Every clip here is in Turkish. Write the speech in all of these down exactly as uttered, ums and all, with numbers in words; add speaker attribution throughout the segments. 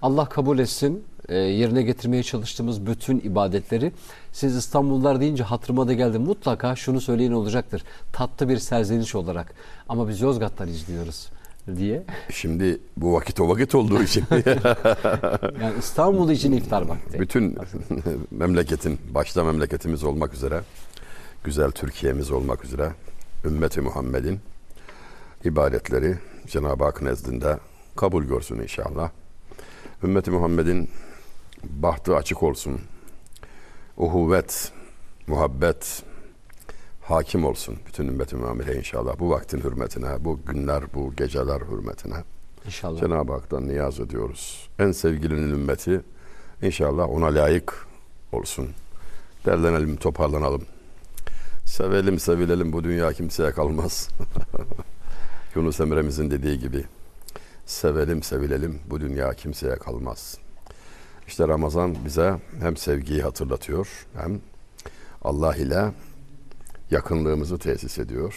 Speaker 1: Allah kabul etsin. E, yerine getirmeye çalıştığımız bütün ibadetleri. Siz İstanbullular deyince hatırıma da geldi. Mutlaka şunu söyleyen olacaktır. Tatlı bir serzeniş olarak. Ama biz Yozgat'tan izliyoruz diye.
Speaker 2: Şimdi bu vakit o vakit olduğu için.
Speaker 1: Yani İstanbul için iftar vakti.
Speaker 2: Bütün memleketin, başta memleketimiz olmak üzere, güzel Türkiye'miz olmak üzere, ümmeti Muhammed'in ibadetleri Cenab-ı Hak nezdinde kabul görsün inşallah. Ümmeti Muhammed'in bahtı açık olsun. Uhuvvet, muhabbet hakim olsun bütün ümmet-i Muhammed'e inşallah. Bu vaktin hürmetine, bu günler, bu geceler hürmetine.
Speaker 1: İnşallah.
Speaker 2: Cenab-ı Hak'tan niyaz ediyoruz. En sevgilinin ümmeti inşallah ona layık olsun. Derlenelim, toparlanalım. Sevelim, sevilelim, bu dünya kimseye kalmaz. Yunus Emre'mizin dediği gibi, sevelim, sevilelim, bu dünya kimseye kalmaz. İşte Ramazan bize hem sevgiyi hatırlatıyor, hem Allah ile yakınlığımızı tesis ediyor.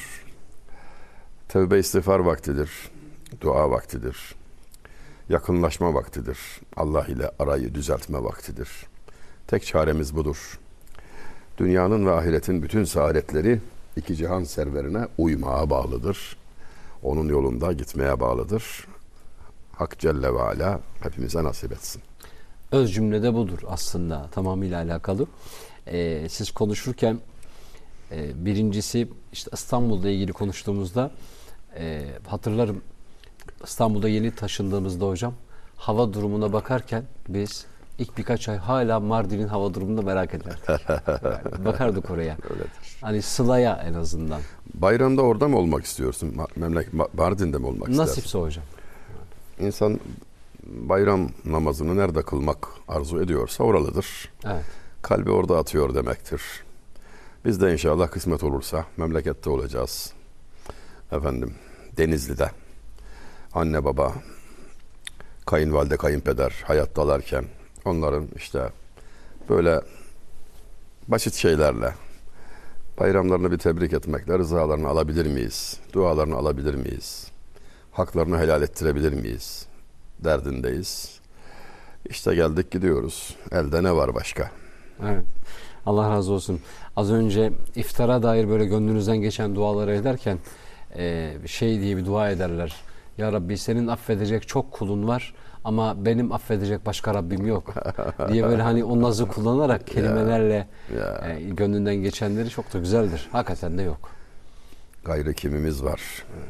Speaker 2: Tevbe istiğfar vaktidir, dua vaktidir, yakınlaşma vaktidir, Allah ile arayı düzeltme vaktidir. Tek çaremiz budur. Dünyanın ve ahiretin bütün saadetleri iki cihan serverine uymaya bağlıdır. Onun yolunda gitmeye bağlıdır. Hak Celle ve Ala hepimize nasip etsin.
Speaker 1: Öz cümlede budur aslında, tamamıyla alakalı. Ee, siz konuşurken e, birincisi işte İstanbul'la ilgili konuştuğumuzda e, hatırlarım, İstanbul'da yeni taşındığımızda hocam hava durumuna bakarken biz ilk birkaç ay hala Mardin'in hava durumunu merak ederdik. Yani bakardık oraya.
Speaker 2: Öyledir.
Speaker 1: Hani Sıla'ya en azından.
Speaker 2: Bayramda orada mı olmak istiyorsun? Memleket Mardin'de mi olmak istersin?
Speaker 1: Nasipse hocam.
Speaker 2: İnsan bayram namazını nerede kılmak arzu ediyorsa oralıdır.
Speaker 1: Evet.
Speaker 2: Kalbi orada atıyor demektir. Biz de inşallah kısmet olursa memlekette olacağız. Efendim Denizli'de anne baba, kayınvalide, kayınpeder hayattalarken onların işte böyle basit şeylerle bayramlarını bir tebrik etmekle rızalarını alabilir miyiz? Dualarını alabilir miyiz? Haklarını helal ettirebilir miyiz? Derdindeyiz. İşte geldik gidiyoruz. Elde ne var başka?
Speaker 1: Evet. Allah razı olsun. Az önce iftara dair böyle gönlünüzden geçen duaları ederken e, şey diye bir dua ederler. Ya Rabbi senin affedecek çok kulun var ama benim affedecek başka Rabbim yok diye böyle hani o nazı kullanarak kelimelerle
Speaker 2: ya, ya.
Speaker 1: E, gönlünden geçenleri çok da güzeldir. Hakikaten de yok.
Speaker 2: Gayrı kimimiz var.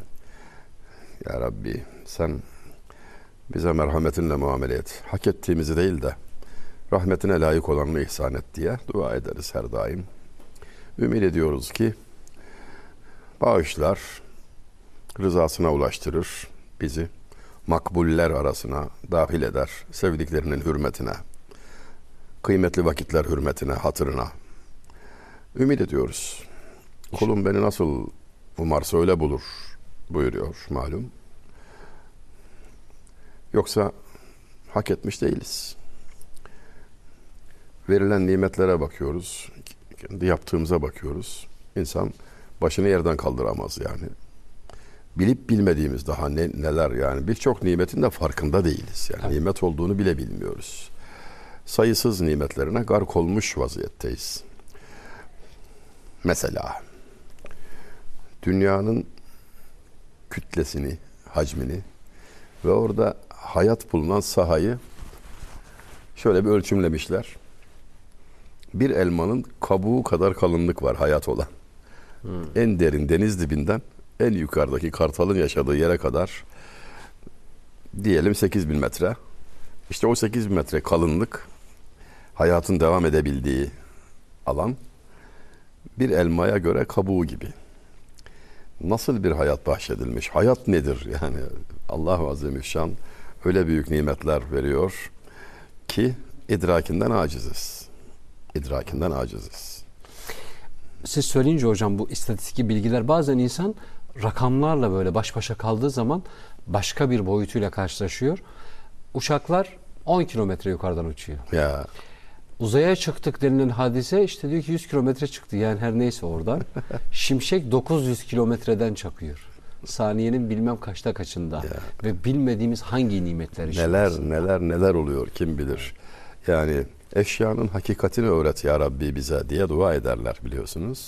Speaker 2: Ya Rabbi sen bize merhametinle muamele et. Hak ettiğimizi değil de rahmetine layık olanını ihsan et diye dua ederiz her daim. Ümit ediyoruz ki bağışlar, rızasına ulaştırır bizi. Makbuller arasına dahil eder. Sevdiklerinin hürmetine, kıymetli vakitler hürmetine, hatırına. Ümit ediyoruz. Kulum beni nasıl umarsa öyle bulur buyuruyor malum. Yoksa hak etmiş değiliz. Verilen nimetlere bakıyoruz. Kendi yaptığımıza bakıyoruz. İnsan başını yerden kaldıramaz yani. Bilip bilmediğimiz daha ne, neler yani. Birçok nimetin de farkında değiliz. Yani evet. Nimet olduğunu bile bilmiyoruz. Sayısız nimetlerine gark olmuş vaziyetteyiz. Mesela dünyanın kütlesini, hacmini ve orada hayat bulunan sahayı şöyle bir ölçümlemişler. Bir elmanın kabuğu kadar kalınlık var hayat olan. Hmm. En derin deniz dibinden en yukarıdaki kartalın yaşadığı yere kadar diyelim sekiz bin metre. İşte o sekiz bin metre kalınlık hayatın devam edebildiği alan bir elmaya göre kabuğu gibi. Nasıl bir hayat bahşedilmiş? Hayat nedir? Yani Allah-u Azimüşşan öyle büyük nimetler veriyor ki idrakinden aciziz. İdrakinden aciziz.
Speaker 1: Siz söyleyince hocam bu istatistik bilgiler bazen insan rakamlarla böyle baş başa kaldığı zaman başka bir boyutuyla karşılaşıyor. Uçaklar on kilometre yukarıdan uçuyor.
Speaker 2: Ya.
Speaker 1: Uzaya çıktık denilen hadise işte diyor ki yüz kilometre çıktı. Yani her neyse oradan. Şimşek dokuz yüz kilometreden çakıyor. saniyenin bilmem kaçta kaçında
Speaker 2: Ya.
Speaker 1: ve bilmediğimiz hangi nimetler
Speaker 2: Neler
Speaker 1: içerisinde.
Speaker 2: neler neler oluyor kim bilir. Yani eşyanın hakikatini öğret ya Rabbi bize diye dua ederler biliyorsunuz.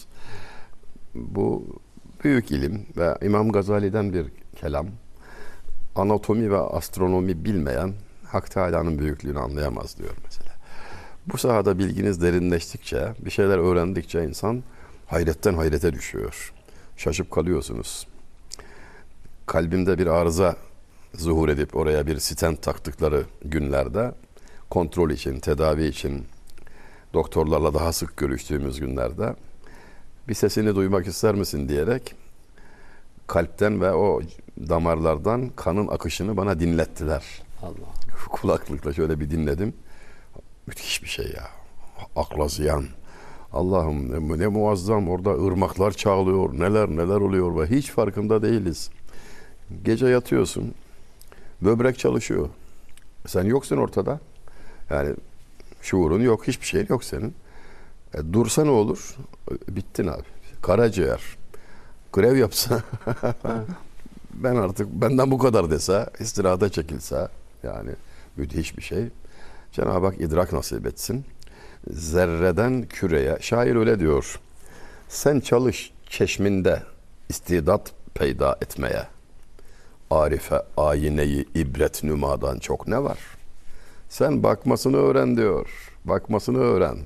Speaker 2: Bu büyük ilim ve İmam Gazali'den bir kelam. Anatomi ve astronomi bilmeyen Hak Teâlâ'nın büyüklüğünü anlayamaz diyor mesela. Bu sahada bilginiz derinleştikçe, bir şeyler öğrendikçe insan hayretten hayrete düşüyor. Şaşıp kalıyorsunuz. Kalbimde bir arıza zuhur edip oraya bir stent taktıkları günlerde kontrol için, tedavi için doktorlarla daha sık görüştüğümüz günlerde bir sesini duymak ister misin diyerek kalpten ve o damarlardan kanın akışını bana dinlettiler.
Speaker 1: Allah.
Speaker 2: Kulaklıkla şöyle bir dinledim. Müthiş bir şey ya. Akla ziyan. Allah'ım ne, ne muazzam, orada ırmaklar çağlıyor. Neler neler oluyor ve hiç farkında değiliz. Gece yatıyorsun. Böbrek çalışıyor. Sen yoksun ortada. Yani şuurun yok. Hiçbir şeyin yok senin. E, dursa ne olur? Bittin abi. Karaciğer. Grev yapsa ben artık benden bu kadar dese, istirahata çekilse, yani müthiş bir şey. Cenab-ı Hak idrak nasip etsin. Zerreden küreye. Şair öyle diyor. Sen çalış çeşminde istidat peyda etmeye. Arife ayineyi ibret nümadan çok ne var? Sen bakmasını öğren diyor. Bakmasını öğren.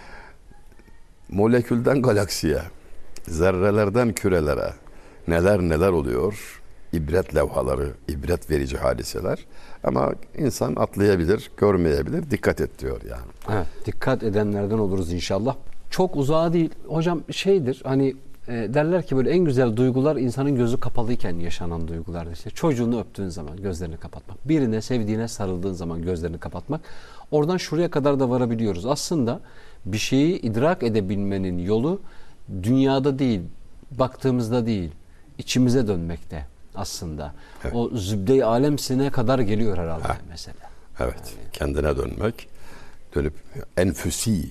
Speaker 2: Molekülden galaksiye, zerrelerden kürelere neler neler oluyor. İbret levhaları, ibret verici hadiseler. Ama insan atlayabilir, görmeyebilir. Dikkat et diyor yani.
Speaker 1: Evet, dikkat edenlerden oluruz inşallah. Çok uzağa değil. Hocam şeydir hani e, derler ki böyle en güzel duygular insanın gözü kapalıyken yaşanan duygulardır. İşte çocuğunu öptüğün zaman gözlerini kapatmak. Birine, sevdiğine sarıldığın zaman gözlerini kapatmak. Oradan şuraya kadar da varabiliyoruz. Aslında bir şeyi idrak edebilmenin yolu dünyada değil, baktığımızda değil, içimize dönmekte aslında.
Speaker 2: Evet.
Speaker 1: O zübde-i alemsine kadar geliyor herhalde ha. mesela.
Speaker 2: Evet, yani kendine dönmek, dönüp enfüsi,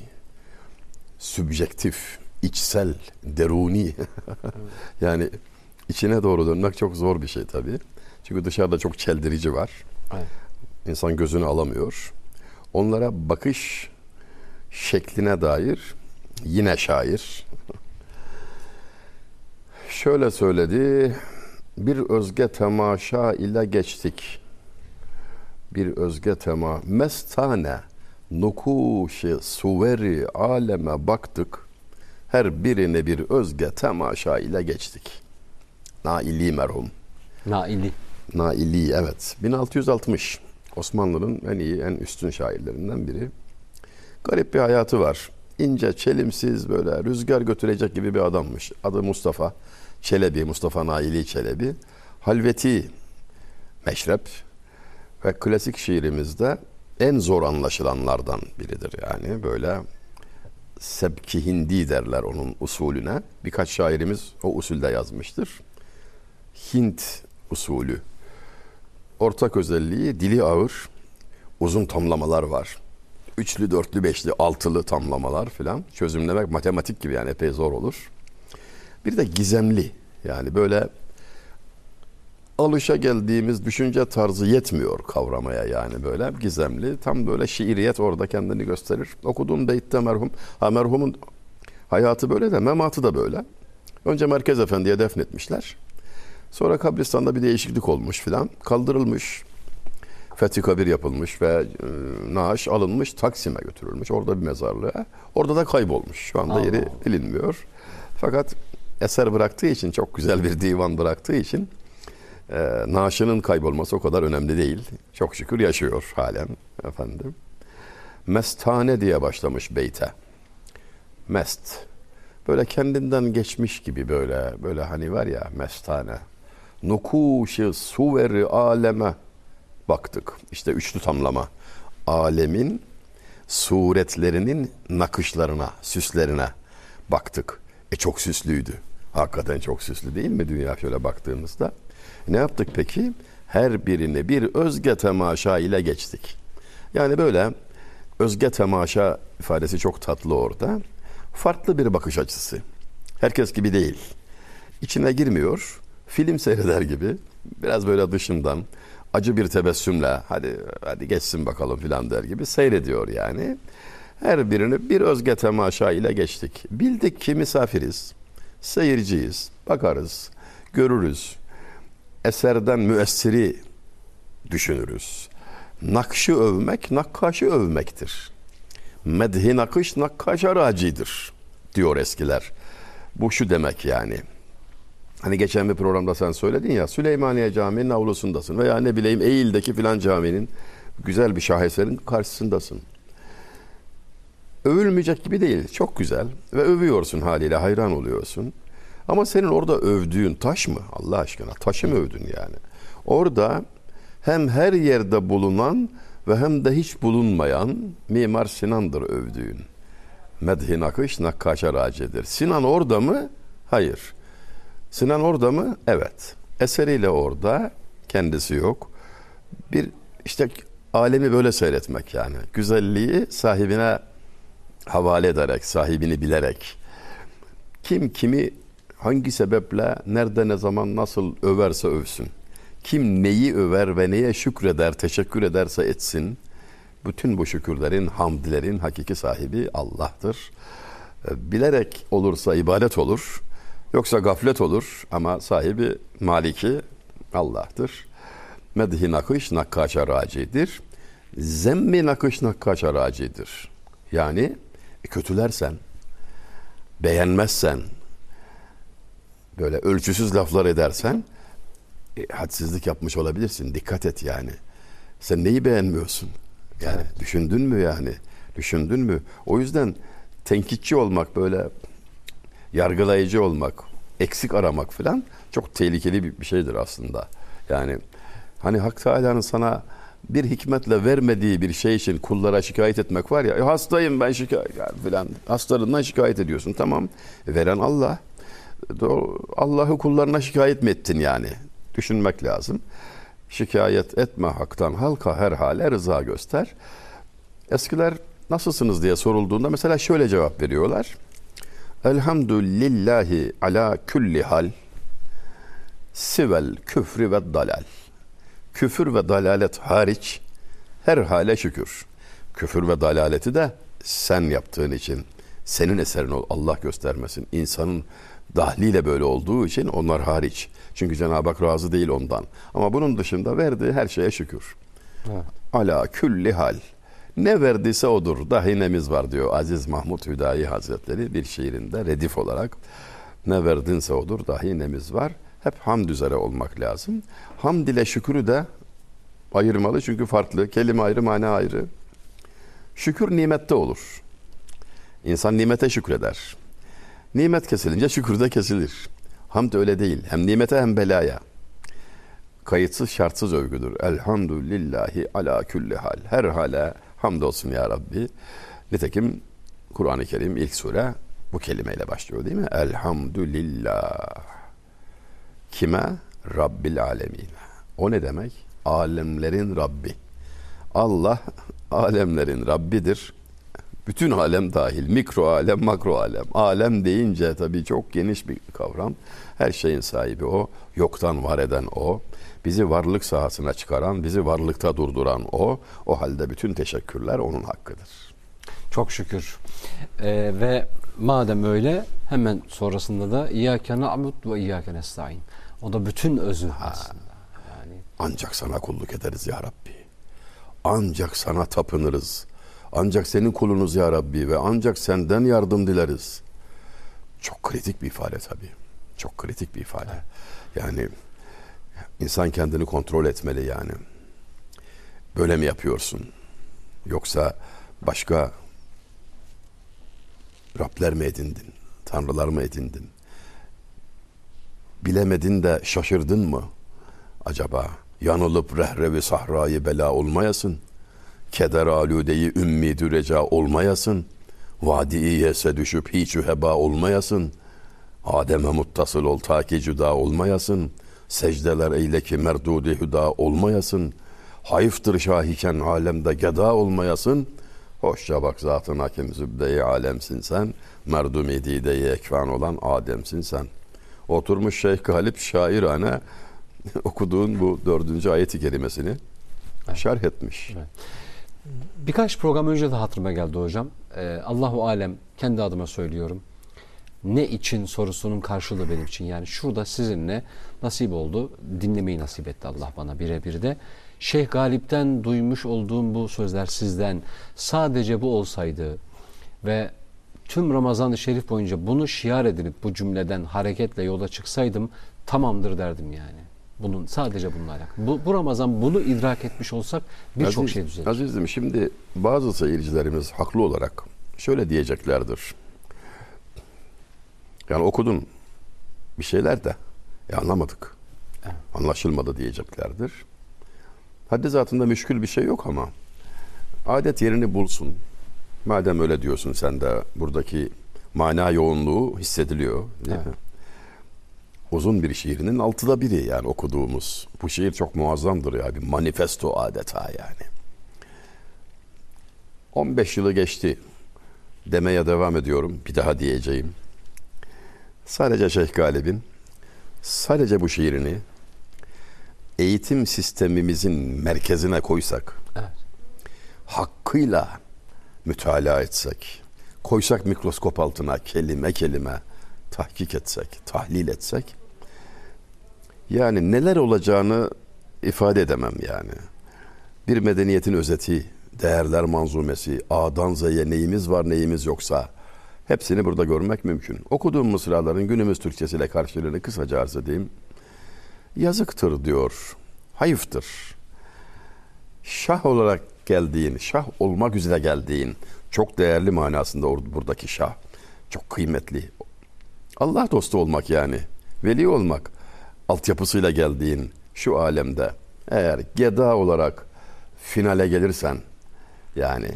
Speaker 2: sübjektif, içsel, deruni. Evet. Yani içine doğru dönmek çok zor bir şey tabii. Çünkü dışarıda çok çeldirici var. Evet. İnsan gözünü alamıyor. Onlara bakış şekline dair yine şair şöyle söyledi: bir özge temaşa ile geçtik. Bir özge tema mestane nukuşi suveri aleme baktık. Her birine bir özge temaşa ile geçtik. Naili merhum.
Speaker 1: Naili.
Speaker 2: Naili, evet. bin altı yüz altmış. Osmanlı'nın en iyi, en üstün şairlerinden biri. Garip bir hayatı var. İnce, çelimsiz, böyle rüzgar götürecek gibi bir adammış. Adı Mustafa Çelebi, Mustafa Naili Çelebi. Halveti meşrep ve klasik şiirimizde en zor anlaşılanlardan biridir. Yani böyle sebki hindi derler onun usulüne. Birkaç şairimiz o usulde yazmıştır. Hint usulü. Ortak özelliği dili ağır, uzun tamlamalar var. Üçlü, dörtlü, beşli, altılı tamlamalar filan. Çözümlemek matematik gibi, yani epey zor olur. Bir de gizemli. Yani böyle alışa geldiğimiz düşünce tarzı yetmiyor kavramaya, yani böyle gizemli. Tam böyle şiiriyet orada kendini gösterir. Okuduğum beytte merhum, ha merhumun hayatı böyle de mematı da böyle. Önce Merkez Efendi'ye defnetmişler. Sonra kabristanda bir değişiklik olmuş filan. Kaldırılmış. Fethi kabir yapılmış ve e, naaş alınmış, Taksim'e götürülmüş. Orada bir mezarlığa. Orada da kaybolmuş. Şu anda Allah yeri Allah. bilinmiyor. Fakat eser bıraktığı için, çok güzel bir divan bıraktığı için e, naaşının kaybolması o kadar önemli değil. Çok şükür yaşıyor halen efendim. Mestane diye başlamış beyte. Mest. Böyle kendinden geçmiş gibi, böyle böyle hani var ya mestane. Nukuşi suveri aleme baktık. İşte üçlü tamlama. Alemin suretlerinin nakışlarına, süslerine baktık. E çok süslüydü. Hakikaten çok süslü değil mi dünya şöyle baktığımızda? Ne yaptık peki? Her birini bir özge temaşa ile geçtik. Yani böyle özge temaşa ifadesi çok tatlı orada. Farklı bir bakış açısı. Herkes gibi değil. İçine girmiyor. film seyreder gibi biraz böyle dışından acı bir tebessümle hadi hadi geçsin bakalım filan der gibi seyrediyor yani. Her birini bir özge temaşa ile geçtik. Bildik ki misafiriz, seyirciyiz, bakarız, görürüz. Eserden müessiri düşünürüz. Nakşı övmek, nakkaşı övmektir. Medhi nakış, nakkaşa racidir diyor eskiler. Bu şu demek yani. Hani geçen bir programda sen söyledin ya, Süleymaniye Camii'nin avlusundasın veya ne bileyim Eğil'deki filan caminin güzel bir şaheserin karşısındasın. Övülmeyecek gibi değil, çok güzel ve övüyorsun haliyle, hayran oluyorsun. Ama senin orada övdüğün taş mı? Allah aşkına taşı mı övdün yani? Orada hem her yerde bulunan ve hem de hiç bulunmayan Mimar Sinan'dır övdüğün. Medhi nakış nakkaşa racidir. Sinan orada mı? Hayır. Sinan orada mı? Evet. Eseriyle orada, kendisi yok. Bir işte alemi böyle seyretmek yani. Güzelliği sahibine havale ederek, sahibini bilerek. Kim kimi hangi sebeple, nerede, ne zaman, nasıl överse övsün. Kim neyi över ve neye şükreder, teşekkür ederse etsin. Bütün bu şükürlerin, hamdlerin hakiki sahibi Allah'tır. Bilerek olursa ibadet olur. Yoksa gaflet olur ama sahibi, maliki Allah'tır. Medhi nakış nakkaşa racidir. Zemmi nakış nakkaşa racidir. Yani kötülersen, beğenmezsen, böyle ölçüsüz laflar edersen e, hadsizlik yapmış olabilirsin. Dikkat et yani. Sen neyi beğenmiyorsun? Yani evet. Düşündün mü yani? Düşündün mü? O yüzden tenkitçi olmak, böyle yargılayıcı olmak, eksik aramak falan çok tehlikeli bir, bir şeydir aslında. Yani hani Hak Teâlâ'nın sana bir hikmetle vermediği bir şey için kullara şikayet etmek var ya, e, hastayım ben şikayet falan, hastalığından şikayet ediyorsun, tamam. E, veren Allah. Allah'ı kullarına şikayet mi ettin yani? Düşünmek lazım. Şikayet etme haktan, halka her hale rıza göster. Eskiler nasılsınız diye sorulduğunda mesela şöyle cevap veriyorlar. Elhamdülillahi ala külli hal sivel küfrü ve dalal. Küfür ve dalalet hariç her hale şükür. Küfür ve dalaleti de sen yaptığın için, senin eserin ol, Allah göstermesin. İnsanın dahliyle böyle olduğu için onlar hariç. Çünkü Cenab-ı Hak razı değil ondan. Ama bunun dışında verdiği her şeye şükür. Evet. Ala külli hal. Ne verdiyse odur. Dahi nemiz var diyor Aziz Mahmud Hüdayi Hazretleri bir şiirinde redif olarak. Ne verdinse odur. Dahi nemiz var. Hep hamd üzere olmak lazım. Hamd ile şükrü de ayırmalı çünkü farklı. Kelime ayrı, mana ayrı. Şükür nimette olur. İnsan nimete şükreder. Nimet kesilince şükür de kesilir. Hamd öyle değil. Hem nimete hem belaya. Kayıtsız şartsız övgüdür. Elhamdülillahi ala külli hal. Her hale hamdolsun ya Rabbi. Nitekim Kur'an-ı Kerim ilk sure bu kelimeyle başlıyor değil mi? Elhamdülillah. Kime? Rabbil alemin. O ne demek? Alemlerin Rabbi. Allah alemlerin Rabbidir. Bütün alem dahil. Mikro alem, makro alem. Alem deyince tabii çok geniş bir kavram. Her şeyin sahibi o. Yoktan var eden o. Bizi varlık sahasına çıkaran, bizi varlıkta durduran o. O halde bütün teşekkürler onun hakkıdır.
Speaker 1: Çok şükür. Ee, ve madem öyle hemen sonrasında da İyyâke na'budu ve İyyâke nestaîn. O da bütün özü ha. aslında. Yani
Speaker 2: ancak sana kulluk ederiz ya Rabbi. Ancak sana tapınırız. Ancak senin kulunuz ya Rabbi ve ancak senden yardım dileriz. Çok kritik bir ifade tabii. Çok kritik bir ifade. Yani insan kendini kontrol etmeli yani. Böyle mi yapıyorsun? Yoksa başka Rabler mi edindin? Tanrılar mı edindin? Bilemedin de şaşırdın mı? Acaba yanılıp rehrevi sahrayı bela olmayasın. Keder aludeyi ümmidü reca olmayasın. Vadi-i yese düşüp hiç heba olmayasın. Adem'e muttasıl ol ta ki cüda olmayasın. Secdeler eyle ki merdudi hüda olmayasın. Hayıftır şahiken alemde geda olmayasın. Hoşça bak zatın hakim zübde-i alemsin sen. Merdum-i dide-i ekvan olan Adem'sin sen. Oturmuş Şeyh Galip şairane okuduğun bu dördüncü ayeti kerimesini evet. şerh etmiş. Evet.
Speaker 1: Birkaç program önce de hatırıma geldi hocam. Ee, Allahu alem, kendi adıma söylüyorum. Ne için sorusunun karşılığı benim için. Yani şurada sizinle nasip oldu. Dinlemeyi nasip etti Allah bana birebir de. Şeyh Galip'ten duymuş olduğum bu sözler sizden sadece bu olsaydı ve tüm Ramazan-ı Şerif boyunca bunu şiar edinip bu cümleden hareketle yola çıksaydım tamamdır derdim yani. Bunun sadece bununla alakalı. Bu, bu Ramazan bunu idrak etmiş olsak birçok
Speaker 2: Aziz,
Speaker 1: şey düzelir.
Speaker 2: Azizim, şimdi bazı seyircilerimiz haklı olarak şöyle diyeceklerdir. Yani okudun bir şeyler de e anlamadık. Evet. Anlaşılmadı diyeceklerdir. Haddi zatında müşkül bir şey yok ama adet yerini bulsun. Madem öyle diyorsun sen de, buradaki mana yoğunluğu hissediliyor. Değil evet. mi? Uzun bir şiirinin altıda biri yani okuduğumuz. Bu şiir çok muazzamdır ya. Bir manifesto adeta yani. on beş yılı geçti demeye devam ediyorum. Bir daha diyeceğim. Sadece Şeyh Galip'in sadece bu şiirini eğitim sistemimizin merkezine koysak, evet. hakkıyla mütalaa etsek, koysak mikroskop altına kelime kelime tahkik etsek, tahlil etsek, yani neler olacağını ifade edemem yani. Bir medeniyetin özeti, değerler manzumesi, A'dan Z'ye neyimiz var neyimiz yoksa hepsini burada görmek mümkün. Okuduğum mısraların günümüz Türkçesiyle karşılığını kısaca arz edeyim. Yazıktır diyor, hayıftır. Şah olarak geldiğin, şah olmak üzere geldiğin, çok değerli manasında buradaki şah, çok kıymetli. Allah dostu olmak yani, veli olmak altyapısıyla geldiğin şu alemde eğer geda olarak finale gelirsen, yani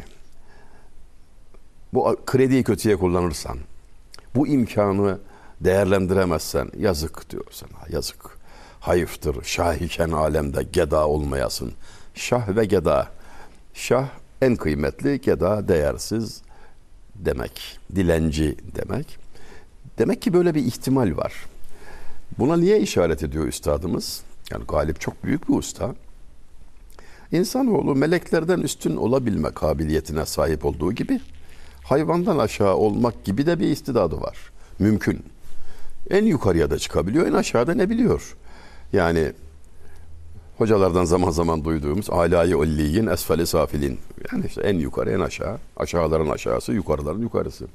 Speaker 2: bu krediyi kötüye kullanırsan, bu imkanı değerlendiremezsen yazık diyor sana, yazık. Hayıftır şah iken alemde geda olmayasın. Şah ve geda. Şah en kıymetli, geda değersiz demek. Dilenci demek. Demek ki böyle bir ihtimal var. Buna niye işaret ediyor üstadımız? Yani Galip çok büyük bir usta. İnsanoğlu meleklerden üstün olabilme kabiliyetine sahip olduğu gibi hayvandan aşağı olmak gibi de bir istidadı var. Mümkün. En yukarıya da çıkabiliyor, en aşağıda ne biliyor? Yani hocalardan zaman zaman duyduğumuz alâ-i ulliyin esfel-i safilin. Yani işte en yukarı en aşağı, aşağıların aşağısı, yukarıların yukarısı.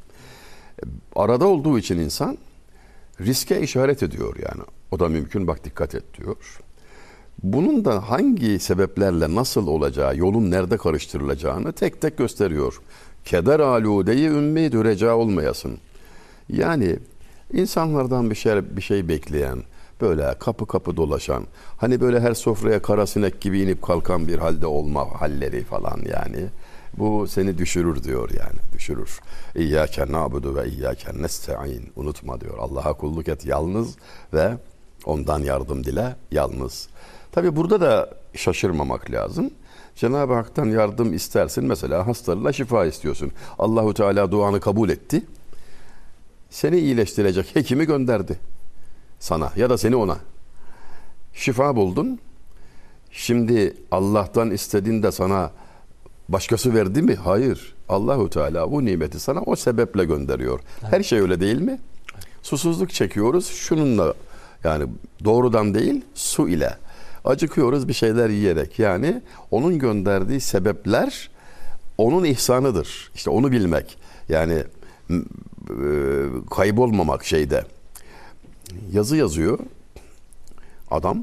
Speaker 2: Arada olduğu için insan riske işaret ediyor yani. O da mümkün, bak dikkat et diyor. Bunun da hangi sebeplerle nasıl olacağı, yolun nerede karıştırılacağını tek tek gösteriyor. Keder alûde-i ümmî reca olmayasın. Yani insanlardan bir şey bir şey bekleyen, böyle kapı kapı dolaşan, hani böyle her sofraya kara sinek gibi inip kalkan bir halde olma halleri falan yani. Bu seni düşürür diyor yani, düşürür. İyyâke na'budu ve iyyâke nesta'in. Unutma diyor. Allah'a kulluk et yalnız ve ondan yardım dile yalnız. Tabi burada da şaşırmamak lazım. Cenab-ı Hak'tan yardım istersin. Mesela hastalığına şifa istiyorsun. Allahu Teala duanı kabul etti. Seni iyileştirecek hekimi gönderdi sana ya da seni ona. Şifa buldun. Şimdi Allah'tan istediğin de sana başkası verdi mi? Hayır. Allahu Teala bu nimeti sana o sebeple gönderiyor. Evet. Her şey öyle değil mi? Evet. Susuzluk çekiyoruz. Şununla, yani doğrudan değil, su ile. Acıkıyoruz bir şeyler yiyerek. Yani onun gönderdiği sebepler onun ihsanıdır. İşte onu bilmek. Yani kaybolmamak şeyde. Yazı yazıyor adam.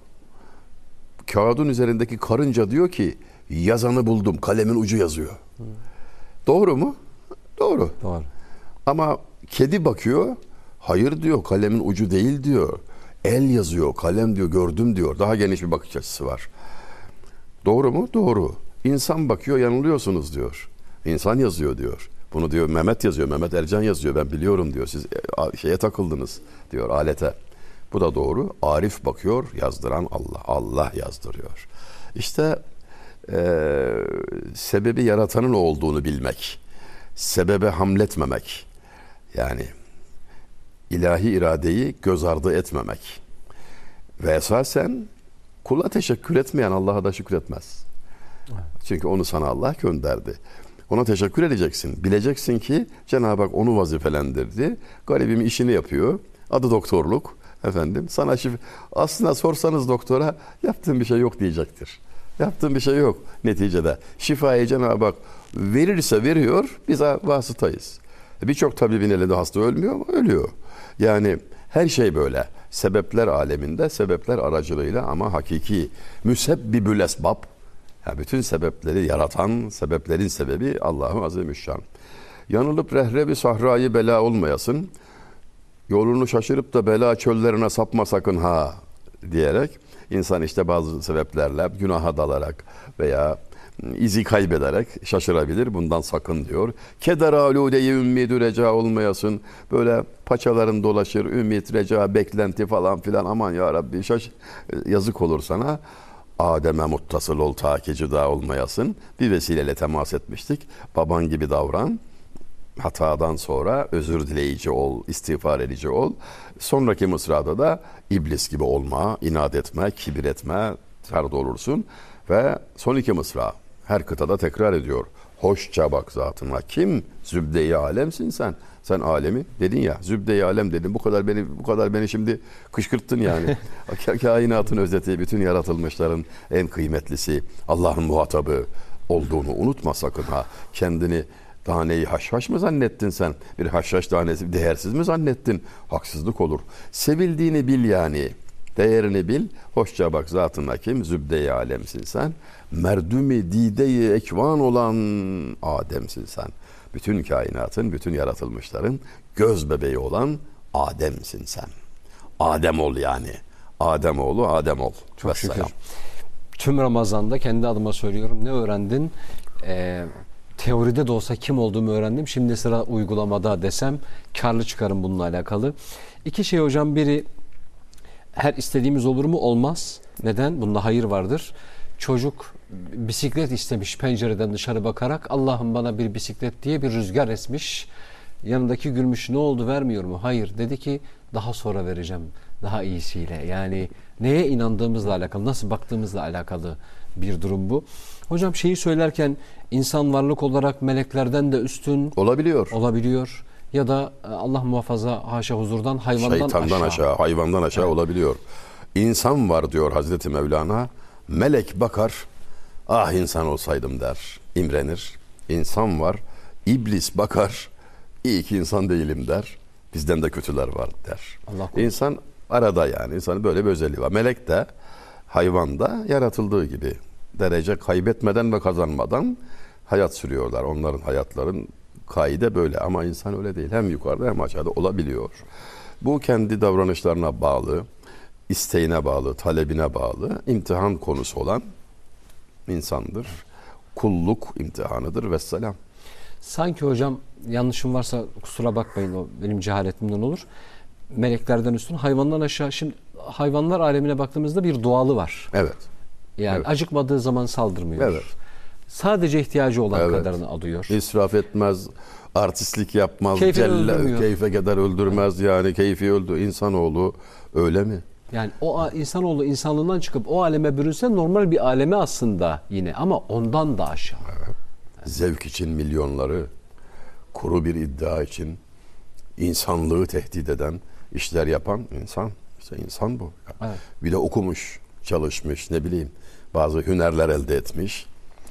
Speaker 2: Kağıdın üzerindeki karınca diyor ki yazanı buldum. Kalemin ucu yazıyor. Hı. Doğru mu? Doğru.
Speaker 1: Doğru.
Speaker 2: Ama kedi bakıyor. Hayır diyor. Kalemin ucu değil diyor. El yazıyor. Kalem diyor. Gördüm diyor. Daha geniş bir bakış açısı var. Doğru mu? Doğru. İnsan bakıyor. Yanılıyorsunuz diyor. İnsan yazıyor diyor. Bunu diyor Mehmet yazıyor. Mehmet Ercan yazıyor. Ben biliyorum diyor. Siz şeye takıldınız diyor, alete. Bu da doğru. Arif bakıyor. Yazdıran Allah. Allah yazdırıyor. İşte Ee, sebebi yaratanın olduğunu bilmek, sebebe hamletmemek, yani ilahi iradeyi göz ardı etmemek. Ve esasen kula teşekkür etmeyen Allah'a da şükretmez. Evet. Çünkü onu sana Allah gönderdi. Ona teşekkür edeceksin. Bileceksin ki Cenab-ı Hak onu vazifelendirdi. Garibim işini yapıyor. Adı doktorluk. Efendim sana şifa. Aslında sorsanız doktora yaptığın bir şey yok diyecektir. Yaptığın bir şey yok neticede. Şifayı Cenab-ı Hak verirse veriyor. Biz vasıtayız. Birçok tabibin elinde hasta ölmüyor mu? Ölüyor. Yani her şey böyle. Sebepler aleminde, sebepler aracılığıyla ama hakiki müsebbibül esbab. Yani bütün sebepleri yaratan, sebeplerin sebebi Allah-u Azimüşşan. Yanılıp rehrebi sahrayı bela olmayasın. Yolunu şaşırıp da bela çöllerine sapma sakın ha diyerek insan işte bazı sebeplerle günaha dalarak veya izi kaybederek şaşırabilir. Bundan sakın diyor. Keder aludeyi ümmidü reca olmayasın. Böyle paçaların dolaşır, ümit, reca, beklenti falan filan. Aman ya Rabbi şaş yazık olur sana. Adem'e muttasıl ol ta ki cüda olmayasın. Bir vesileyle temas etmiştik. Baban gibi davran. Hatadan sonra özür dileyici ol, istiğfar edici ol. Sonraki mısrada da iblis gibi olma, inat etme, kibir etme, sert olursun. Ve son iki mısra her kıtada tekrar ediyor. Hoşça bak zatına. Kim? Zübde-i alemsin sen. Sen alemi dedin ya. Zübde-i alem dedin. Bu kadar beni bu kadar beni şimdi kışkırttın yani. Kainatın özeti, bütün yaratılmışların en kıymetlisi, Allah'ın muhatabı olduğunu unutma sakın ha. Kendini taneyi haşhaş mı zannettin sen? Bir haşhaş tanesi değersiz mi zannettin? Haksızlık olur. Sevildiğini bil yani. Değerini bil. Hoşça bak zatına kim? Zübde-i alemsin sen. Merdumi dide-i ekvan olan Adem'sin sen. Bütün kainatın, bütün yaratılmışların göz bebeği olan Adem'sin sen. Adem ol yani. Adem oğlu Adem ol.
Speaker 1: Çok
Speaker 2: Vesselam.
Speaker 1: şükür. Tüm Ramazan'da kendi adıma söylüyorum. Ne öğrendin? Ee, teoride de olsa kim olduğumu öğrendim. Şimdi sıra uygulamada desem karlı çıkarım bununla alakalı. İki şey hocam. Biri, her istediğimiz olur mu? Olmaz. Neden? Bunda hayır vardır. Çocuk bisiklet istemiş pencereden dışarı bakarak. Allah'ım bana bir bisiklet diye bir rüzgar esmiş. Yanındaki gülmüş. Ne oldu, vermiyor mu? Hayır. Dedi ki daha sonra vereceğim. Daha iyisiyle. Yani neye inandığımızla alakalı, nasıl baktığımızla alakalı bir durum bu. Hocam şeyi söylerken insan varlık olarak meleklerden de üstün
Speaker 2: olabiliyor.
Speaker 1: Olabiliyor. Ya da Allah muhafaza haşa huzurdan hayvandan
Speaker 2: Şeytandan
Speaker 1: aşağı.
Speaker 2: aşağı, hayvandan aşağı evet. olabiliyor. İnsan var diyor Hazreti Mevlana. Melek bakar, ah insan olsaydım der, imrenir. İnsan var, iblis bakar, iyi ki insan değilim der. Bizden de kötüler var der. Allah İnsan arada yani, insanın böyle bir özelliği var. Melek de hayvanda yaratıldığı gibi derece kaybetmeden ve kazanmadan hayat sürüyorlar. Onların hayatların kaide böyle ama insan öyle değil. Hem yukarıda hem aşağıda olabiliyor. Bu kendi davranışlarına bağlı, isteğine bağlı, talebine bağlı imtihan konusu olan insandır. Kulluk imtihanıdır vesselam.
Speaker 1: Sanki hocam yanlışım varsa kusura bakmayın, o benim cehaletimden olur. Meleklerden üstün, hayvandan aşağı. Şimdi hayvanlar alemine baktığımızda bir doğalı var.
Speaker 2: Evet.
Speaker 1: Yani
Speaker 2: evet.
Speaker 1: acıkmadığı zaman saldırmıyor.
Speaker 2: Evet.
Speaker 1: Sadece ihtiyacı olan evet. kadarını alıyor.
Speaker 2: İsraf etmez, artistlik yapmaz,
Speaker 1: keyfe,
Speaker 2: celle, keyfe kadar öldürmez yani keyfi öldü. İnsanoğlu öyle mi?
Speaker 1: Yani o insanoğlu insanlığından çıkıp o aleme bürünse normal bir aleme aslında yine ama ondan da aşağı.
Speaker 2: Evet. Zevk için milyonları, kuru bir iddia için insanlığı tehdit eden işler yapan insan. İşte insan bu. Evet. Bir de okumuş, çalışmış, ne bileyim bazı hünerler elde etmiş.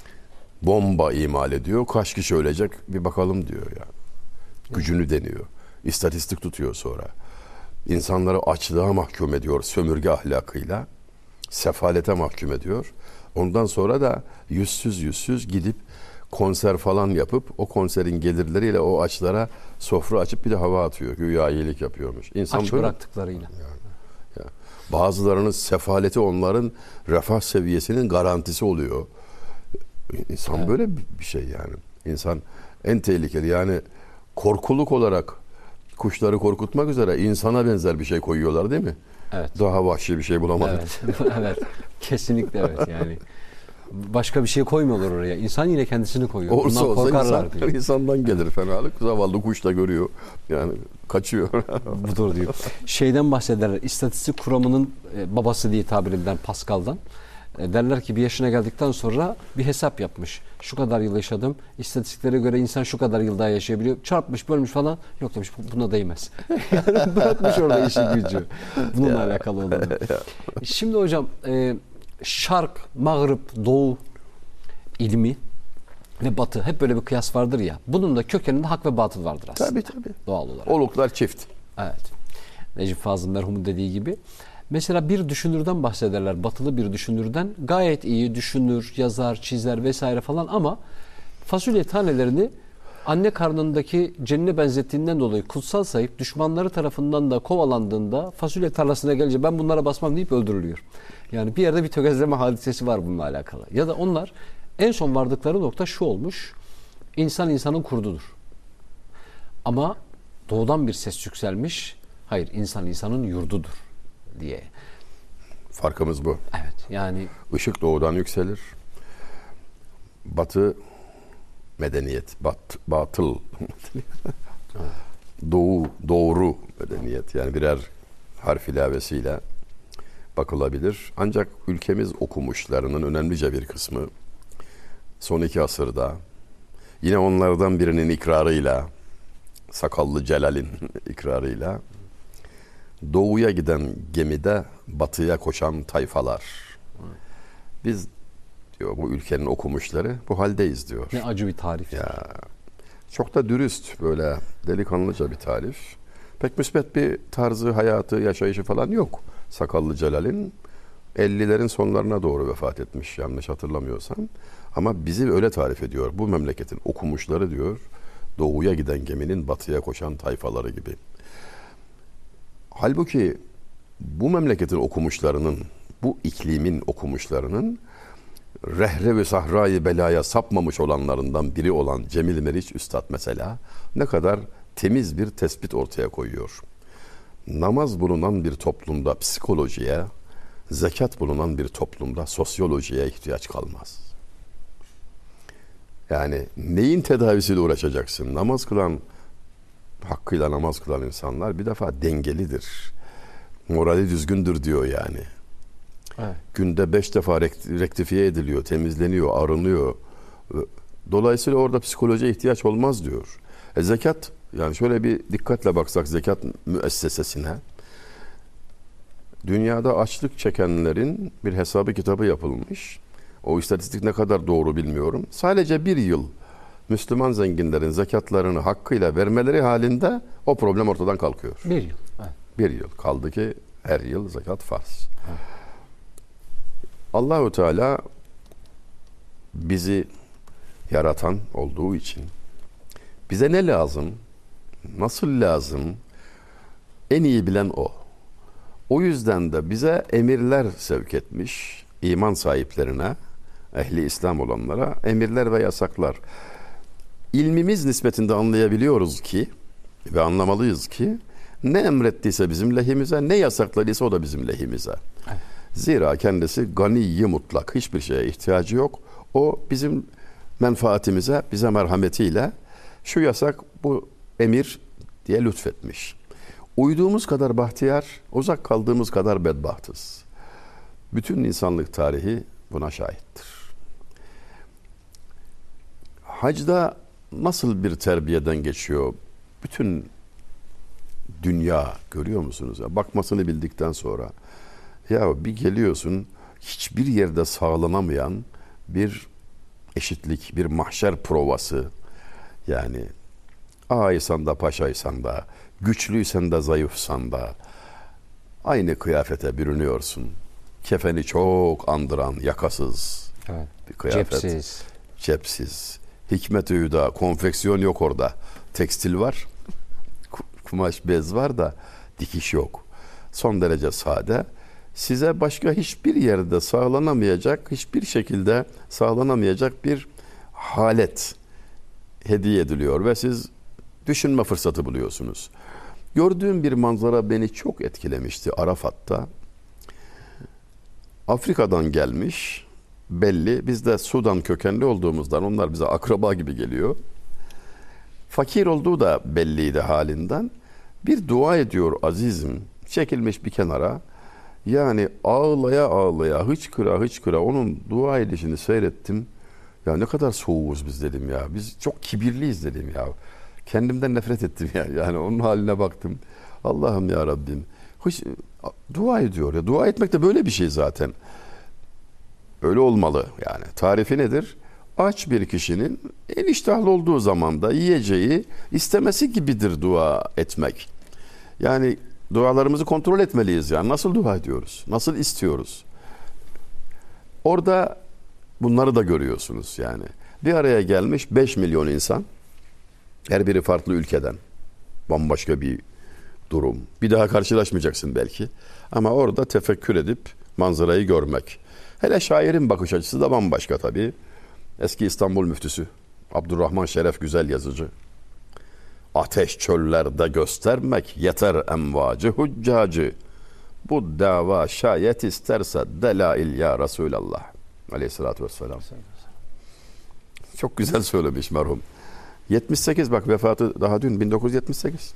Speaker 2: Bomba imal ediyor. Kaç kişi ölecek bir bakalım diyor yani. Gücünü deniyor. İstatistik tutuyor sonra. İnsanları açlığa mahkum ediyor sömürge ahlakıyla. Sefalete mahkum ediyor. Ondan sonra da yüzsüz yüzsüz gidip konser falan yapıp o konserin gelirleriyle o açlara sofra açıp bir de hava atıyor. Güya iyilik yapıyormuş. İnsan
Speaker 1: aç
Speaker 2: böyle,
Speaker 1: bıraktıklarıyla.
Speaker 2: Yani, yani. Bazılarının sefaleti onların refah seviyesinin garantisi oluyor. İnsan evet. böyle bir şey yani. İnsan en tehlikeli yani korkuluk olarak kuşları korkutmak üzere insana benzer bir şey koyuyorlar değil mi?
Speaker 1: Evet.
Speaker 2: Daha vahşi bir şey bulamadık.
Speaker 1: Evet. evet. Kesinlikle evet yani. Başka bir şey koymuyorlar oraya. İnsan yine kendisini koyuyor.
Speaker 2: Olsa
Speaker 1: Bundan
Speaker 2: olsa
Speaker 1: korkarlar
Speaker 2: insan,
Speaker 1: diyor.
Speaker 2: insandan gelir fenalık. Zavallı kuş da görüyor. Yani kaçıyor.
Speaker 1: Budur diyor. Şeyden bahsederler. İstatistik kuramının e, babası diye tabir edilen Pascal'dan. E, derler ki bir yaşına geldikten sonra bir hesap yapmış. Şu kadar yıl yaşadım. İstatistiklere göre insan şu kadar yıl daha yaşayabiliyor. Çarpmış, bölmüş falan. Yok demiş, bu- buna değmez. Yani bırakmış orada işi gücü. Bununla alakalı olanı. Şimdi hocam e, Şark, Mağrip, Doğu ilmi ve Batı hep böyle bir kıyas vardır ya. Bunun da kökeninde hak ve batıl vardır aslında.
Speaker 2: Tabii tabii.
Speaker 1: Doğal olarak.
Speaker 2: Oluklar çift.
Speaker 1: Evet. Necip Fazıl merhumun dediği gibi. Mesela bir düşünürden bahsederler. Batılı bir düşünürden. Gayet iyi düşünür, yazar, çizer vesaire falan ama fasulye tanelerini anne karnındaki cenine benzettiğinden dolayı kutsal sayıp düşmanları tarafından da kovalandığında fasulye tarlasına gelince ben bunlara basmam deyip öldürülüyor. Yani bir yerde bir tökezleme hadisesi var bununla alakalı. Ya da onlar en son vardıkları nokta şu olmuş. İnsan insanın kurdudur. Ama doğudan bir ses yükselmiş. Hayır, insan insanın yurdudur diye.
Speaker 2: Farkımız bu.
Speaker 1: Evet, yani
Speaker 2: Işık doğudan yükselir. Batı medeniyet, bat, batıl. Doğu, doğru medeniyet. Yani birer harf ilavesiyle bakılabilir. Ancak ülkemiz okumuşlarının önemlice bir kısmı son iki asırda yine onlardan birinin ikrarıyla, Sakallı Celal'in ikrarıyla doğuya giden gemide batıya koşan tayfalar. Biz diyor bu ülkenin okumuşları bu haldeyiz diyor.
Speaker 1: ne acı bir tarif.
Speaker 2: Ya çok da dürüst, böyle delikanlıca bir tarif. Pek müsbet bir tarzı, hayatı, yaşayışı falan yok. Sakallı Celal'in ellilerin sonlarına doğru vefat etmiş yanlış hatırlamıyorsam. Ama bizi öyle tarif ediyor. Bu memleketin okumuşları diyor, doğuya giden geminin batıya koşan tayfaları gibi. Halbuki bu memleketin okumuşlarının, bu iklimin okumuşlarının rehre ve sahrayı belaya sapmamış olanlarından biri olan Cemil Meriç Üstad mesela ne kadar temiz bir tespit ortaya koyuyor. Namaz bulunan bir toplumda psikolojiye, zekat bulunan bir toplumda sosyolojiye ihtiyaç kalmaz. Yani neyin tedavisiyle uğraşacaksın? Namaz kılan, hakkıyla namaz kılan insanlar bir defa dengelidir. Morali düzgündür diyor yani.
Speaker 1: Evet.
Speaker 2: Günde beş defa rektifiye ediliyor, temizleniyor, arınıyor. Dolayısıyla orada psikolojiye ihtiyaç olmaz diyor. E zekat, yani şöyle bir dikkatle baksak zekat müessesesine, dünyada açlık çekenlerin bir hesabı kitabı yapılmış. O istatistik ne kadar doğru bilmiyorum. Sadece bir yıl Müslüman zenginlerin zekatlarını hakkıyla vermeleri halinde o problem ortadan kalkıyor.
Speaker 1: Bir yıl. Evet.
Speaker 2: Bir yıl. Kaldı ki her yıl zekat farz. Evet. Allahu Teala bizi yaratan olduğu için bize ne lazım, nasıl lazım en iyi bilen O. O yüzden de bize emirler sevk etmiş, iman sahiplerine, ehli İslam olanlara emirler ve yasaklar. İlmimiz nispetinde anlayabiliyoruz ki ve anlamalıyız ki ne emrettiyse bizim lehimize, ne yasakladıysa o da bizim lehimize. Evet. Zira kendisi gani-i mutlak, hiçbir şeye ihtiyacı yok. O bizim menfaatimize, bize merhametiyle şu yasak, bu emir diye lütfetmiş. Uyduğumuz kadar bahtiyar, uzak kaldığımız kadar bedbahtız. Bütün insanlık tarihi buna şahittir. Hacda nasıl bir terbiyeden geçiyor bütün dünya, görüyor musunuz? Ya, bakmasını bildikten sonra ya bir geliyorsun, hiçbir yerde sağlanamayan bir eşitlik, bir mahşer provası. Yani ağaysan da paşaysan da, güçlüysen de zayıfsan da aynı kıyafete bürünüyorsun. Kefeni çok andıran yakasız
Speaker 1: Evet.
Speaker 2: bir kıyafet.
Speaker 1: Cepsiz.
Speaker 2: Cepsiz. Hikmet-i Hüda, konfeksiyon yok orada. Tekstil var, kumaş, bez var da dikiş yok. Son derece sade. Size başka hiçbir yerde sağlanamayacak, hiçbir şekilde sağlanamayacak bir halet hediye ediliyor ve siz düşünme fırsatı buluyorsunuz. Gördüğüm bir manzara beni çok etkilemişti Arafat'ta. Afrika'dan gelmiş belli. Biz de Sudan kökenli olduğumuzdan onlar bize akraba gibi geliyor. Fakir olduğu da belliydi halinden. Bir dua ediyor azizim. Çekilmiş bir kenara. Yani ağlaya ağlaya, hıçkıra hıçkıra onun dua edişini seyrettim. Ya ne kadar soğuğuz biz dedim ya. Biz çok kibirliyiz dedim ya. Kendimden nefret ettim ya. Yani onun haline baktım. Allah'ım ya Rabbim. Hiç, dua ediyor ya. Dua etmek de böyle bir şey zaten. Öyle olmalı yani. Tarifi nedir? Aç bir kişinin en iştahlı olduğu zamanda yiyeceği istemesi gibidir dua etmek. Yani dualarımızı kontrol etmeliyiz yani. Nasıl dua ediyoruz? Nasıl istiyoruz? Orada bunları da görüyorsunuz yani. Bir araya gelmiş beş milyon insan. Her biri farklı ülkeden. Bambaşka bir durum. Bir daha karşılaşmayacaksın belki. Ama orada tefekkür edip manzarayı görmek. Hele şairin bakış açısı da bambaşka tabii. Eski İstanbul müftüsü Abdurrahman Şeref Güzel yazıcı. Ateş çöllerde göstermek yeter emvacı huccacı. Bu dava şayet isterse delail ya Resulallah. Aleyhissalatü vesselam. Çok güzel söylemiş merhum. yetmiş sekiz bak vefatı daha dün bin dokuz yüz yetmiş sekiz.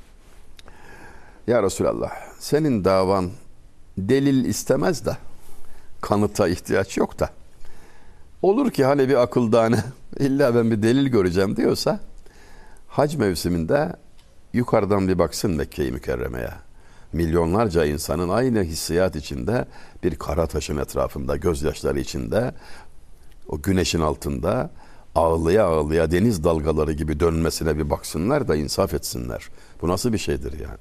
Speaker 2: Ya Resulallah senin davan delil istemez de kanıta ihtiyaç yok da. Olur ki hani bir akıldane illa ben bir delil göreceğim diyorsa hac mevsiminde yukarıdan bir baksın Mekke-i Mükerreme'ye. Milyonlarca insanın aynı hissiyat içinde bir kara taşın etrafında gözyaşları içinde o güneşin altında ağlıya ağlıya deniz dalgaları gibi dönmesine bir baksınlar da insaf etsinler. Bu nasıl bir şeydir yani?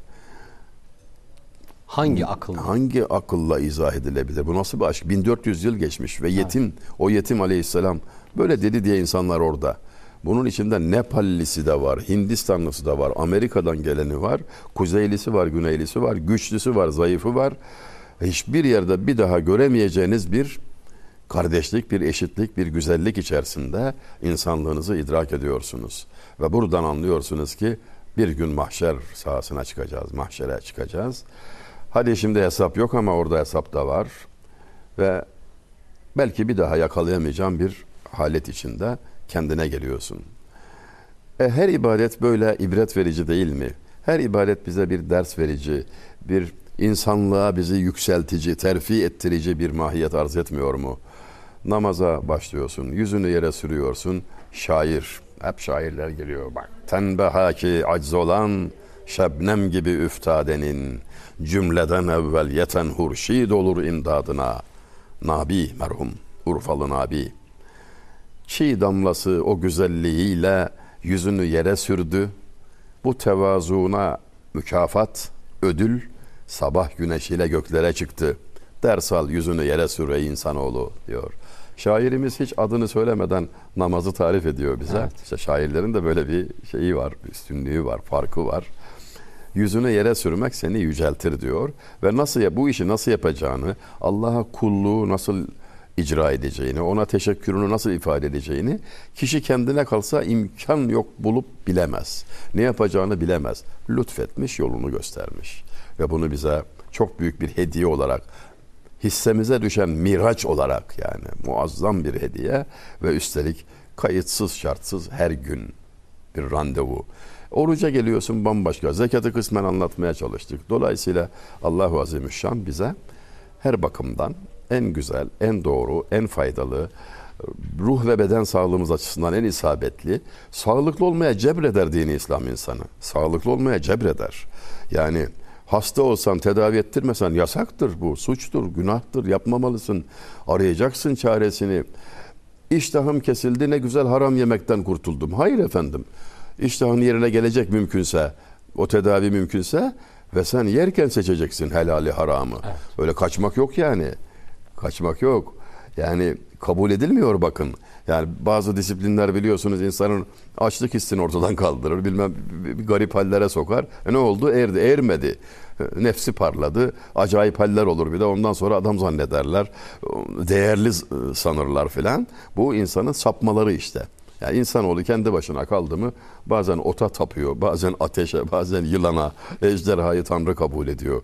Speaker 1: Hangi akılla?
Speaker 2: Hangi akılla izah edilebilir? Bu nasıl bir aşk? bin dört yüz yıl geçmiş ve yetim, evet. O yetim aleyhisselam böyle dedi diye insanlar orada. Bunun içinde Nepallisi de var, Hindistanlısı da var, Amerika'dan geleni var, kuzeylisi var, güneylisi var, güçlüsü var, zayıfı var. Hiçbir yerde bir daha göremeyeceğiniz bir kardeşlik, bir eşitlik, bir güzellik içerisinde insanlığınızı idrak ediyorsunuz. Ve buradan anlıyorsunuz ki bir gün mahşer sahasına çıkacağız, mahşere çıkacağız. Hadi şimdi hesap yok ama orada hesap da var. Ve belki bir daha yakalayamayacağım bir halet içinde kendine geliyorsun. E, her ibadet böyle ibret verici değil mi? Her ibadet bize bir ders verici, bir insanlığa bizi yükseltici, terfi ettirici bir mahiyet arz etmiyor mu? Namaza başlıyorsun, yüzünü yere sürüyorsun. Şair, hep şairler geliyor bak. Tenbehaki acz olan şebnem gibi üftadenin cümleden evvel yeten hurşid olur imdadına. Nabi merhum, Urfalı Nabi. Çiğ damlası o güzelliğiyle yüzünü yere sürdü. Bu tevazuuna mükafat, ödül sabah güneşiyle göklere çıktı. Ders al yüzünü yere sür ey insanoğlu diyor. Şairimiz hiç adını söylemeden namazı tarif ediyor bize. Evet. İşte şairlerin de böyle bir şeyi var, üstünlüğü var, farkı var. Yüzünü yere sürmek seni yüceltir diyor. Ve nasıl ya bu işi nasıl yapacağını, Allah'a kulluğu nasıl icra edeceğini, ona teşekkürünü nasıl ifade edeceğini kişi kendine kalsa imkan yok bulup bilemez. Ne yapacağını bilemez. Lütfetmiş, yolunu göstermiş. Ve bunu bize çok büyük bir hediye olarak, hissemize düşen miraç olarak yani muazzam bir hediye ve üstelik kayıtsız şartsız her gün bir randevu. Oruca geliyorsun bambaşka. Zekatı kısmen anlatmaya çalıştık. Dolayısıyla Allahu Azimüşşan bize her bakımdan en güzel, en doğru, en faydalı, ruh ve beden sağlığımız açısından en isabetli, sağlıklı olmaya cebreder dini İslam insanı. Sağlıklı olmaya cebreder. Yani hasta olsan, tedavi ettirmesen yasaktır bu, suçtur, günahtır, yapmamalısın. Arayacaksın çaresini. İştahım kesildi, ne güzel haram yemekten kurtuldum. Hayır efendim. İştahın yerine gelecek mümkünse, o tedavi mümkünse ve sen yerken seçeceksin helali haramı. Evet. Öyle kaçmak yok yani. Kaçmak yok. Yani kabul edilmiyor bakın. Yani bazı disiplinler biliyorsunuz insanın açlık hissini ortadan kaldırır. Bilmem bir garip hallere sokar. E ne oldu? Erdi, ermedi. Nefsi parladı. Acayip haller olur bir de ondan sonra adam zannederler. Değerli sanırlar filan. Bu insanın sapmaları işte. Yani insanoğlu kendi başına kaldı mı bazen ota tapıyor, bazen ateşe, bazen yılana, ejderhayı tanrı kabul ediyor.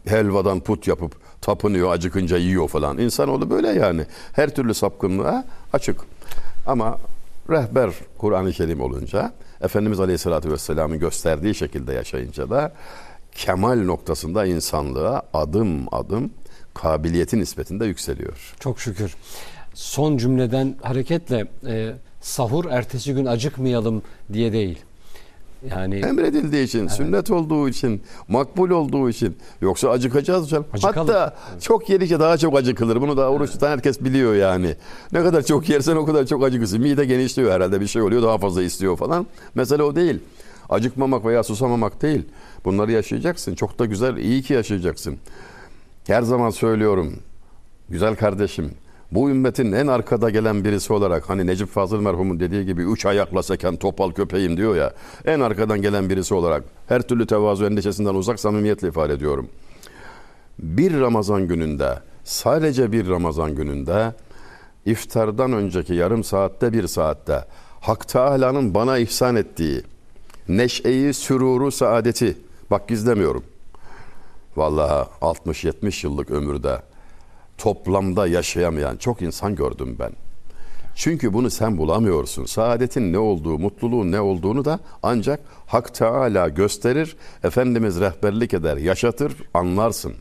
Speaker 2: helvadan put yapıp tapınıyor, acıkınca yiyor falan. İnsanoğlu böyle yani. Her türlü sapkınlığa açık. Ama rehber Kur'an-ı Kerim olunca, Efendimiz Aleyhisselatü Vesselam'ın gösterdiği şekilde yaşayınca da kemal noktasında insanlığa adım adım kabiliyeti nispetinde yükseliyor.
Speaker 1: Çok şükür. Son cümleden hareketle e, sahur ertesi gün acıkmayalım diye değil. Yani
Speaker 2: emredildiği için, evet, sünnet olduğu için, makbul olduğu için. Yoksa acıkacağız canım.
Speaker 1: Acıkalım.
Speaker 2: Hatta evet, çok yedikçe daha çok acıkılır. Bunu da oruç tutan herkes biliyor yani. Ne kadar çok yersen o kadar çok acıkırsın. Mide genişliyor herhalde, bir şey oluyor, daha fazla istiyor falan. Mesele o değil. Acıkmamak veya susamamak değil. Bunları yaşayacaksın. Çok da güzel, iyi ki yaşayacaksın. Her zaman söylüyorum. Güzel kardeşim, bu ümmetin en arkada gelen birisi olarak, hani Necip Fazıl merhumun dediği gibi üç ayakla seken topal köpeğim diyor ya, en arkadan gelen birisi olarak her türlü tevazu endişesinden uzak samimiyetle ifade ediyorum. Bir Ramazan gününde, sadece bir Ramazan gününde, iftardan önceki yarım saatte, bir saatte Hak Teâlâ'nın bana ihsan ettiği neşeyi, süruru, saadeti, bak gizlemiyorum, vallahi altmış yetmiş yıllık ömürde toplamda yaşayamayan çok insan gördüm ben. Çünkü bunu sen bulamıyorsun. Saadetin ne olduğu, mutluluğun ne olduğunu da ancak Hak Teâlâ gösterir, Efendimiz rehberlik eder, yaşatır, anlarsın.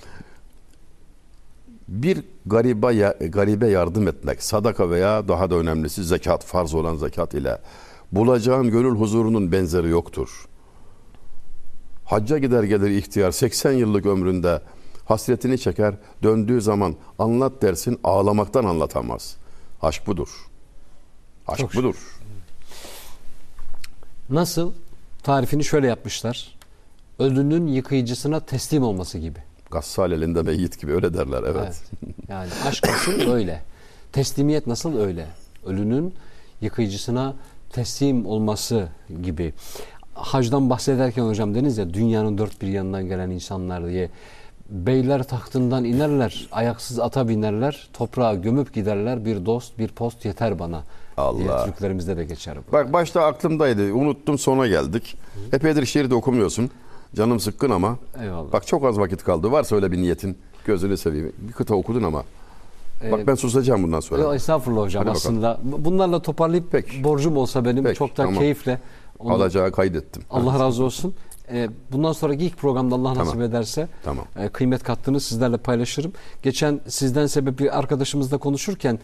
Speaker 2: Bir garibe, garibe yardım etmek, sadaka veya daha da önemlisi zekat, farz olan zekat ile bulacağın gönül huzurunun benzeri yoktur. Hacca gider gelir ihtiyar, seksen yıllık ömründe hasretini çeker, döndüğü zaman anlat dersin, ağlamaktan anlatamaz. Aşk budur. Aşk
Speaker 1: Çok
Speaker 2: budur.
Speaker 1: Nasıl? Tarifini şöyle yapmışlar. Ölünün yıkayıcısına teslim olması gibi.
Speaker 2: Gassal elinde meyyit gibi, öyle derler, evet.
Speaker 1: Evet. Yani aşk nasıl öyle. Teslimiyet nasıl öyle. Ölünün yıkayıcısına teslim olması gibi. Hacdan bahsederken hocam dediniz ya, dünyanın dört bir yanından gelen insanlar diye. Beyler tahtından inerler, ayaksız ata binerler, toprağa gömüp giderler, bir dost, bir post yeter bana
Speaker 2: Allah.
Speaker 1: diye Türklerimizde de geçer bu.
Speaker 2: Bak başta aklımdaydı, unuttum, sona geldik. Hı. Epeydir şiir de okumuyorsun. Canım sıkkın ama.
Speaker 1: Eyvallah.
Speaker 2: Bak çok az vakit kaldı. Varsa öyle bir niyetin, gözünü seveyim. Bir kıta okudun ama.
Speaker 1: Ee,
Speaker 2: Bak ben susacağım bundan sonra.
Speaker 1: Estağfurullah hocam.
Speaker 2: Hadi
Speaker 1: aslında bakalım. Bunlarla toparlayıp Peki. borcum olsa benim Peki, çok da tamam. keyifle.
Speaker 2: Onu alacağı kaydettim.
Speaker 1: Allah evet. razı olsun. Bundan sonraki ilk programda Allah tamam. nasip ederse
Speaker 2: tamam.
Speaker 1: kıymet kattığını sizlerle paylaşırım. Geçen sizden sebep bir arkadaşımızla konuşurken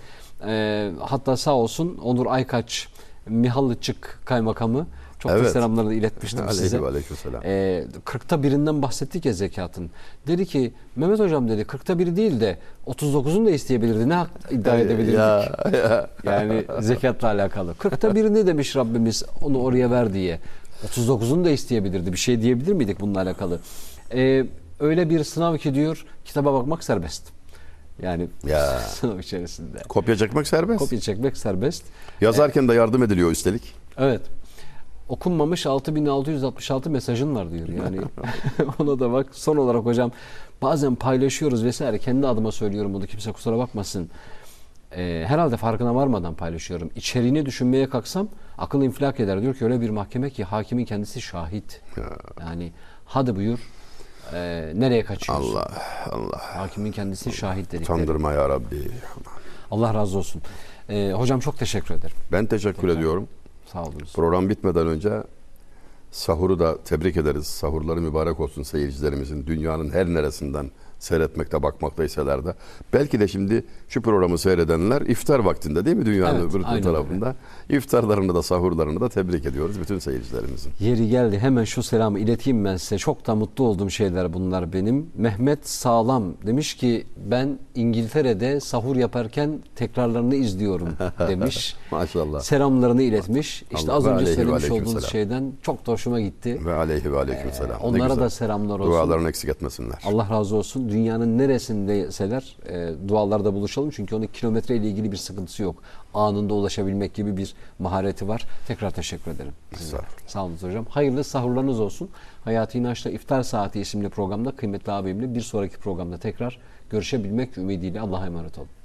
Speaker 1: hatta sağ olsun Onur Aykaç Mihallıçık Kaymakamı çok evet. da selamlarını iletmiştim Aleyhi size. Ee, kırkta birinden bahsettik ya zekatın. Dedi ki Mehmet hocam dedi kırkta biri değil de otuz dokuzunu da isteyebilirdi. Ne iddia edebilirdik? Ya, ya. Yani zekatla alakalı. kırkta birini demiş Rabbimiz onu oraya ver diye. otuz dokuzunu da isteyebilirdi. Bir şey diyebilir miydik bununla alakalı? Ee, öyle bir sınav ki diyor, kitaba bakmak serbest. Yani ya. sınav içerisinde.
Speaker 2: Kopya çekmek serbest.
Speaker 1: Kopya çekmek serbest.
Speaker 2: Yazarken ee, de yardım ediliyor üstelik.
Speaker 1: Evet. Okunmamış altı bin altı yüz altmış altı mesajın var diyor. Yani ona da bak. Son olarak hocam bazen paylaşıyoruz vesaire. Kendi adıma söylüyorum bunu. Kimse kusura bakmasın. Ee, herhalde farkına varmadan paylaşıyorum. İçeriğini düşünmeye kalksam akıl infilak eder. Diyor ki öyle bir mahkeme ki hakimin kendisi şahit. Ya. Yani hadi buyur. E, nereye kaçıyorsun?
Speaker 2: Allah Allah.
Speaker 1: Hakimin kendisi Allah. şahit dedikleri.
Speaker 2: Utandırma ya Rabbi.
Speaker 1: Allah razı olsun. E, hocam çok teşekkür ederim.
Speaker 2: Ben teşekkür çok ediyorum.
Speaker 1: Sağ olun.
Speaker 2: Program bitmeden önce sahuru da tebrik ederiz. Sahurları mübarek olsun seyircilerimizin. Dünyanın her neresinden seyretmekte, bakmaktaysalar da. Belki de şimdi şu programı seyredenler iftar vaktinde değil mi dünyanın
Speaker 1: evet,
Speaker 2: öbür tarafında? Öyle. İftarlarını da sahurlarını da tebrik ediyoruz bütün seyircilerimizin.
Speaker 1: Yeri geldi. Hemen şu selamı ileteyim ben size. Çok da mutlu olduğum şeyler bunlar benim. Mehmet Sağlam demiş ki ben İngiltere'de sahur yaparken tekrarlarını izliyorum demiş.
Speaker 2: Maşallah.
Speaker 1: Selamlarını iletmiş. İşte
Speaker 2: Allah
Speaker 1: az önce
Speaker 2: aleyhi
Speaker 1: söylemiş olduğunuz
Speaker 2: selam.
Speaker 1: şeyden çok da hoşuma gitti.
Speaker 2: Ve aleyhi ve aleyküm selam.
Speaker 1: Ee, onlara da selamlar olsun.
Speaker 2: Dualarını eksik etmesinler.
Speaker 1: Allah razı olsun. Dünyanın neresindeseler e, dualarda buluşalım. Çünkü onun kilometre ile ilgili bir sıkıntısı yok. Anında ulaşabilmek gibi bir mahareti var. Tekrar teşekkür ederim. Sağ, Sağ olun hocam. Hayırlı sahurlarınız olsun. Hayati İnanç'ta İftar Saati isimli programda kıymetli abimle bir sonraki programda tekrar görüşebilmek ümidiyle Allah'a emanet olun.